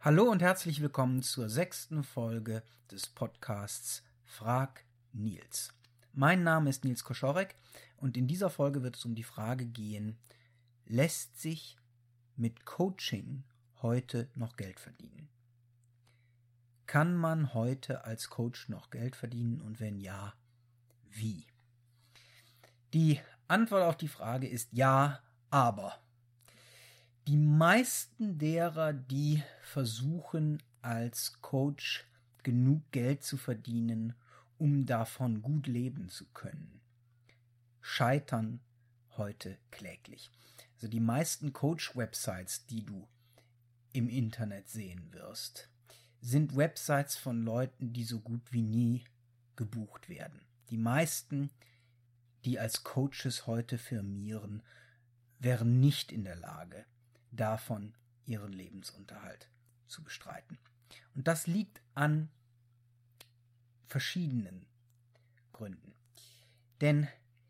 Hallo und herzlich willkommen zur 6. Folge des Podcasts Frag Nils. Mein Name ist Nils Koschorek und in dieser Folge wird es um die Frage gehen, lässt sich mit Coaching heute noch Geld verdienen? Kann man heute als Coach noch Geld verdienen und wenn ja, wie? Die Antwort auf die Frage ist ja, aber. Die meisten derer, die versuchen, als Coach genug Geld zu verdienen, um davon gut leben zu können, scheitern heute kläglich. Also die meisten Coach-Websites, die du im Internet sehen wirst, sind Websites von Leuten, die so gut wie nie gebucht werden. Die meisten, die als Coaches heute firmieren, wären nicht in der Lage, davon ihren Lebensunterhalt zu bestreiten. Und das liegt an verschiedenen Gründen. Denn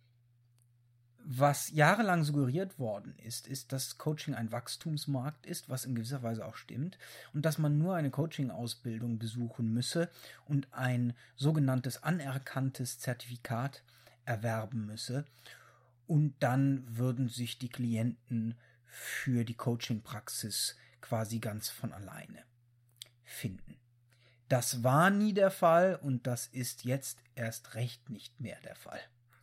was jahrelang suggeriert worden ist, dass Coaching ein Wachstumsmarkt ist, was in gewisser Weise auch stimmt, und dass man nur eine Coaching-Ausbildung besuchen müsse und ein sogenanntes anerkanntes Zertifikat erwerben müsse, und dann würden sich die Klienten für die Coaching-Praxis quasi ganz von alleine finden. Das war nie der Fall und das ist jetzt erst recht nicht mehr der Fall.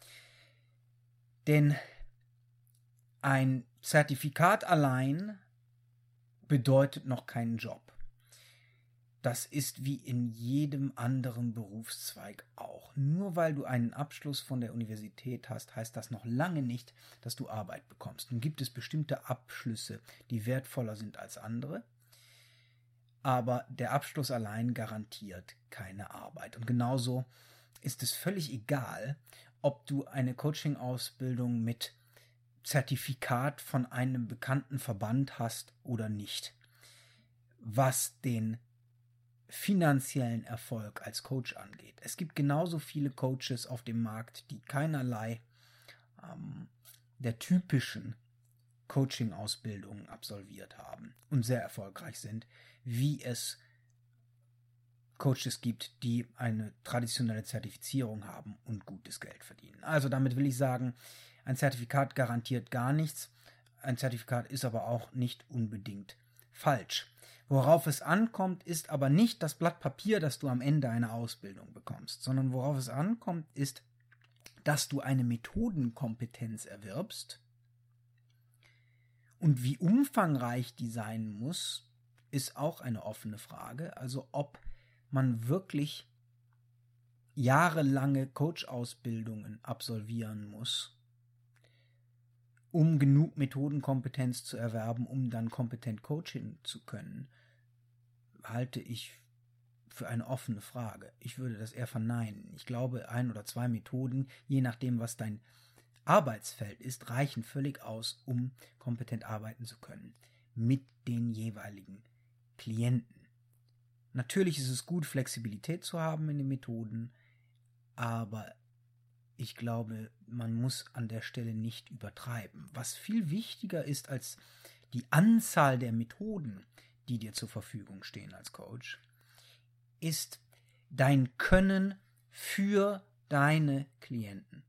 Denn ein Zertifikat allein bedeutet noch keinen Job. Das ist wie in jedem anderen Berufszweig auch. Nur weil du einen Abschluss von der Universität hast, heißt das noch lange nicht, dass du Arbeit bekommst. Nun gibt es bestimmte Abschlüsse, die wertvoller sind als andere, aber der Abschluss allein garantiert keine Arbeit. Und genauso ist es völlig egal, ob du eine Coaching-Ausbildung mit Zertifikat von einem bekannten Verband hast oder nicht. Was den finanziellen Erfolg als Coach angeht. Es gibt genauso viele Coaches auf dem Markt, die keinerlei der typischen Coaching-Ausbildungen absolviert haben und sehr erfolgreich sind, wie es Coaches gibt, die eine traditionelle Zertifizierung haben und gutes Geld verdienen. Also damit will ich sagen, ein Zertifikat garantiert gar nichts, ein Zertifikat ist aber auch nicht unbedingt falsch. Worauf es ankommt, ist aber nicht das Blatt Papier, das du am Ende einer Ausbildung bekommst, sondern worauf es ankommt, ist, dass du eine Methodenkompetenz erwirbst. Und wie umfangreich die sein muss, ist auch eine offene Frage. Also ob man wirklich jahrelange Coach-Ausbildungen absolvieren muss, um genug Methodenkompetenz zu erwerben, um dann kompetent coachen zu können, halte ich für eine offene Frage. Ich würde das eher verneinen. Ich glaube, 1 oder 2 Methoden, je nachdem, was dein Arbeitsfeld ist, reichen völlig aus, um kompetent arbeiten zu können mit den jeweiligen Klienten. Natürlich ist es gut, Flexibilität zu haben in den Methoden, aber ich glaube, man muss an der Stelle nicht übertreiben. Was viel wichtiger ist als die Anzahl der Methoden, die dir zur Verfügung stehen als Coach, ist dein Können für deine Klienten.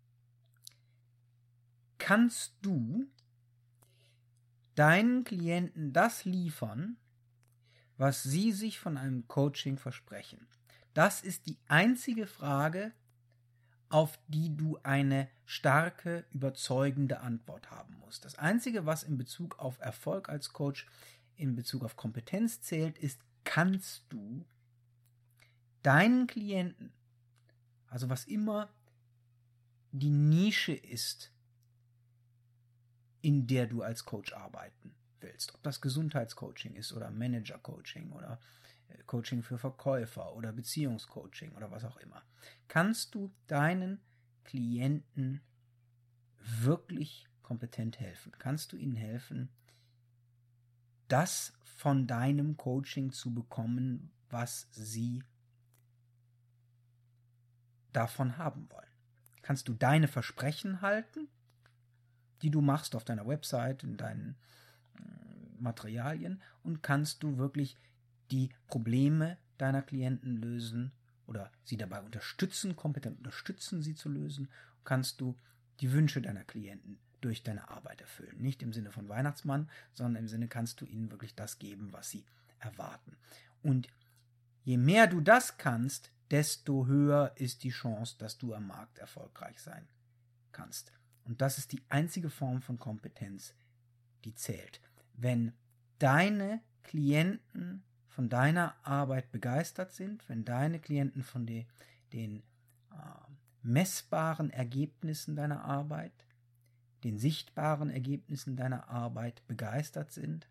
Kannst du deinen Klienten das liefern, was sie sich von einem Coaching versprechen? Das ist die einzige Frage, auf die du eine starke, überzeugende Antwort haben musst. Das Einzige, was in Bezug auf Erfolg als Coach, in Bezug auf Kompetenz zählt, ist, kannst du deinen Klienten, also was immer die Nische ist, in der du als Coach arbeiten willst, ob das Gesundheitscoaching ist oder Manager-Coaching oder Coaching für Verkäufer oder Beziehungscoaching oder was auch immer, kannst du deinen Klienten wirklich kompetent helfen? Kannst du ihnen helfen, das von deinem Coaching zu bekommen, was sie davon haben wollen? Kannst du deine Versprechen halten, die du machst auf deiner Website, in deinen Materialien, und kannst du wirklich die Probleme deiner Klienten lösen oder sie dabei unterstützen, kompetent unterstützen, sie zu lösen, kannst du die Wünsche deiner Klienten durch deine Arbeit erfüllen. Nicht im Sinne von Weihnachtsmann, sondern im Sinne, kannst du ihnen wirklich das geben, was sie erwarten. Und je mehr du das kannst, desto höher ist die Chance, dass du am Markt erfolgreich sein kannst. Und das ist die einzige Form von Kompetenz, die zählt. Wenn deine Klienten von deiner Arbeit begeistert sind, wenn deine Klienten von den messbaren Ergebnissen deiner Arbeit, den sichtbaren Ergebnissen deiner Arbeit begeistert sind,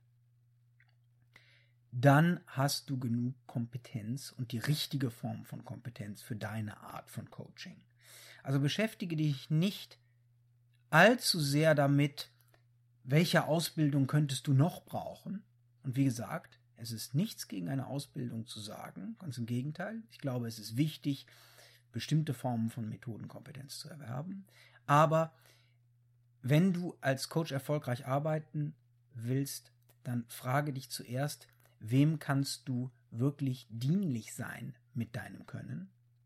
dann hast du genug Kompetenz und die richtige Form von Kompetenz für deine Art von Coaching. Also beschäftige dich nicht allzu sehr damit, welche Ausbildung könntest du noch brauchen. Und wie gesagt, es ist nichts gegen eine Ausbildung zu sagen, ganz im Gegenteil. Ich glaube, es ist wichtig, bestimmte Formen von Methodenkompetenz zu erwerben. Aber wenn du als Coach erfolgreich arbeiten willst, dann frage dich zuerst, wem kannst du wirklich dienlich sein mit deinem Können?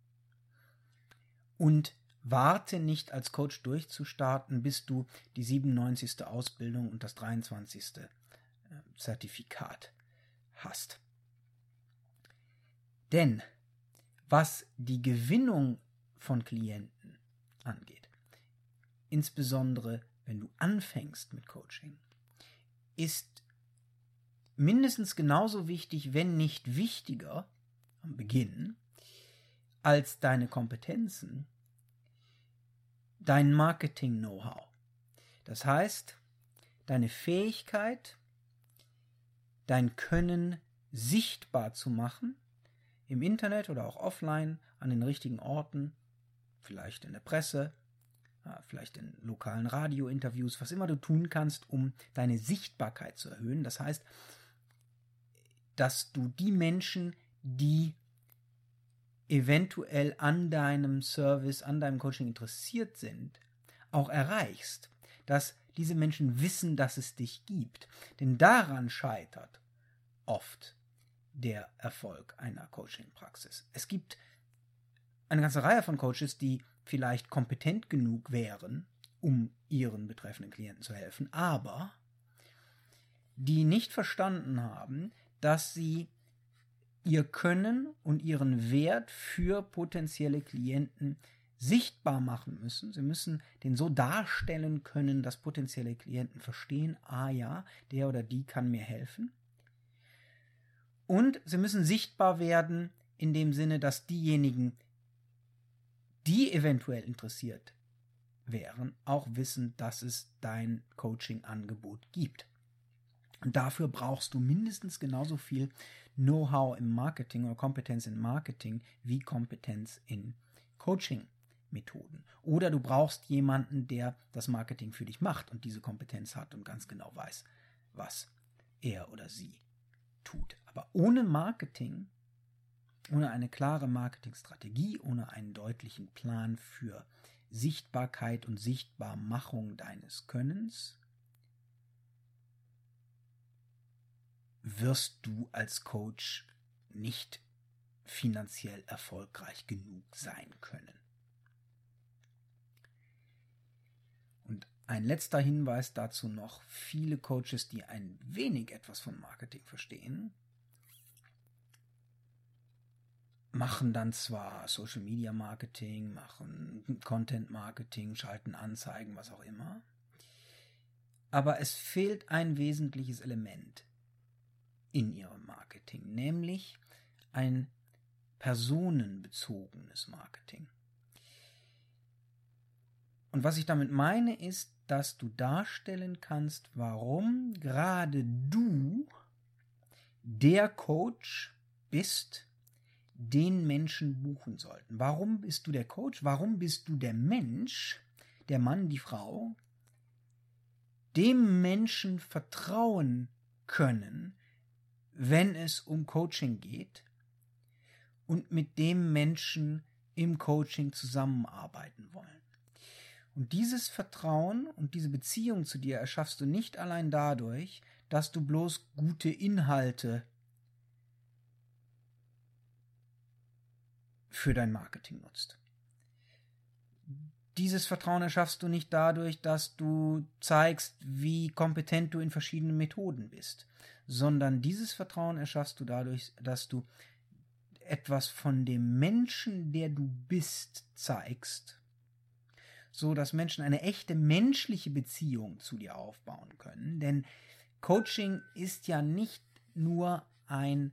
Und warte nicht als Coach durchzustarten, bis du die 97. Ausbildung und das 23. Zertifikat hast. Denn was die Gewinnung von Klienten angeht, insbesondere wenn du anfängst mit Coaching, ist mindestens genauso wichtig, wenn nicht wichtiger am Beginn, als deine Kompetenzen, dein Marketing-Know-how. Das heißt, deine Fähigkeit, dein Können sichtbar zu machen, im Internet oder auch offline, an den richtigen Orten, vielleicht in der Presse, vielleicht in lokalen Radiointerviews, was immer du tun kannst, um deine Sichtbarkeit zu erhöhen. Das heißt, dass du die Menschen, die eventuell an deinem Service, an deinem Coaching interessiert sind, auch erreichst. Dass diese Menschen wissen, dass es dich gibt. Denn daran scheitert oft der Erfolg einer Coaching-Praxis. Es gibt eine ganze Reihe von Coaches, die vielleicht kompetent genug wären, um ihren betreffenden Klienten zu helfen, aber die nicht verstanden haben, dass sie ihr Können und ihren Wert für potenzielle Klienten sichtbar machen müssen. Sie müssen den so darstellen können, dass potenzielle Klienten verstehen, ja, der oder die kann mir helfen. Und sie müssen sichtbar werden in dem Sinne, dass diejenigen, die eventuell interessiert wären, auch wissen, dass es dein Coaching-Angebot gibt. Und dafür brauchst du mindestens genauso viel Know-how im Marketing oder Kompetenz in Marketing wie Kompetenz in Coaching-Methoden. Oder du brauchst jemanden, der das Marketing für dich macht und diese Kompetenz hat und ganz genau weiß, was er oder sie tut. Aber ohne Marketing, ohne eine klare Marketingstrategie, ohne einen deutlichen Plan für Sichtbarkeit und Sichtbarmachung deines Könnens, wirst du als Coach nicht finanziell erfolgreich genug sein können. Und ein letzter Hinweis dazu noch: Viele Coaches, die ein wenig etwas von Marketing verstehen, machen dann zwar Social Media Marketing, machen Content Marketing, schalten Anzeigen, was auch immer, aber es fehlt ein wesentliches Element in ihrem Marketing, nämlich ein personenbezogenes Marketing. Und was ich damit meine, ist, dass du darstellen kannst, warum gerade du der Coach bist, den Menschen buchen sollten. Warum bist du der Coach? Warum bist du der Mensch, der Mann, die Frau, dem Menschen vertrauen können, wenn es um Coaching geht und mit dem Menschen im Coaching zusammenarbeiten wollen. Und dieses Vertrauen und diese Beziehung zu dir erschaffst du nicht allein dadurch, dass du bloß gute Inhalte für dein Marketing nutzt. Dieses Vertrauen erschaffst du nicht dadurch, dass du zeigst, wie kompetent du in verschiedenen Methoden bist, sondern dieses Vertrauen erschaffst du dadurch, dass du etwas von dem Menschen, der du bist, zeigst, so dass Menschen eine echte menschliche Beziehung zu dir aufbauen können. Denn Coaching ist ja nicht nur eine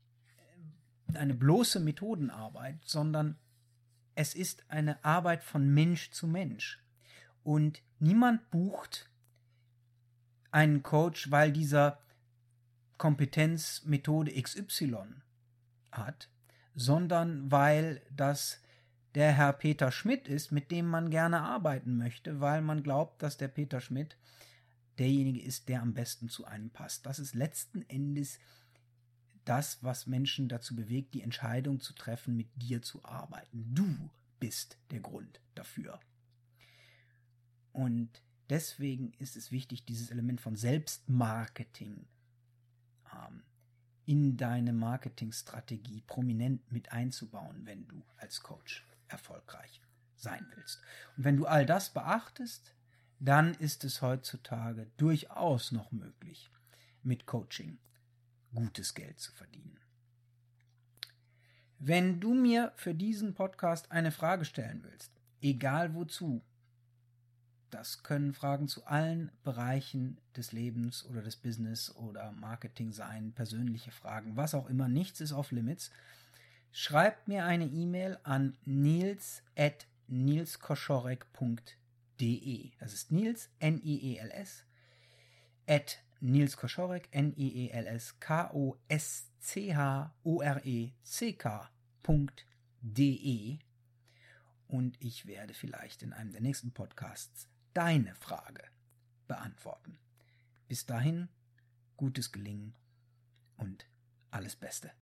bloße Methodenarbeit, sondern es ist eine Arbeit von Mensch zu Mensch. Und niemand bucht einen Coach, weil dieser Kompetenz Methode XY hat, sondern weil das der Herr Peter Schmidt ist, mit dem man gerne arbeiten möchte, weil man glaubt, dass der Peter Schmidt derjenige ist, der am besten zu einem passt. Das ist letzten Endes das, was Menschen dazu bewegt, die Entscheidung zu treffen, mit dir zu arbeiten. Du bist der Grund dafür. Und deswegen ist es wichtig, dieses Element von Selbstmarketing in deine Marketingstrategie prominent mit einzubauen, wenn du als Coach erfolgreich sein willst. Und wenn du all das beachtest, dann ist es heutzutage durchaus noch möglich, mit Coaching gutes Geld zu verdienen. Wenn du mir für diesen Podcast eine Frage stellen willst, egal wozu, das können Fragen zu allen Bereichen des Lebens oder des Business oder Marketing sein, persönliche Fragen, was auch immer, nichts ist off limits. Schreib mir eine E-Mail an nils@nilskoschorek.de. Das ist Nils, N-I-E-L-S, @nilskoschorek, nilskoschorek.de. Und ich werde vielleicht in einem der nächsten Podcasts deine Frage beantworten. Bis dahin, gutes Gelingen und alles Beste.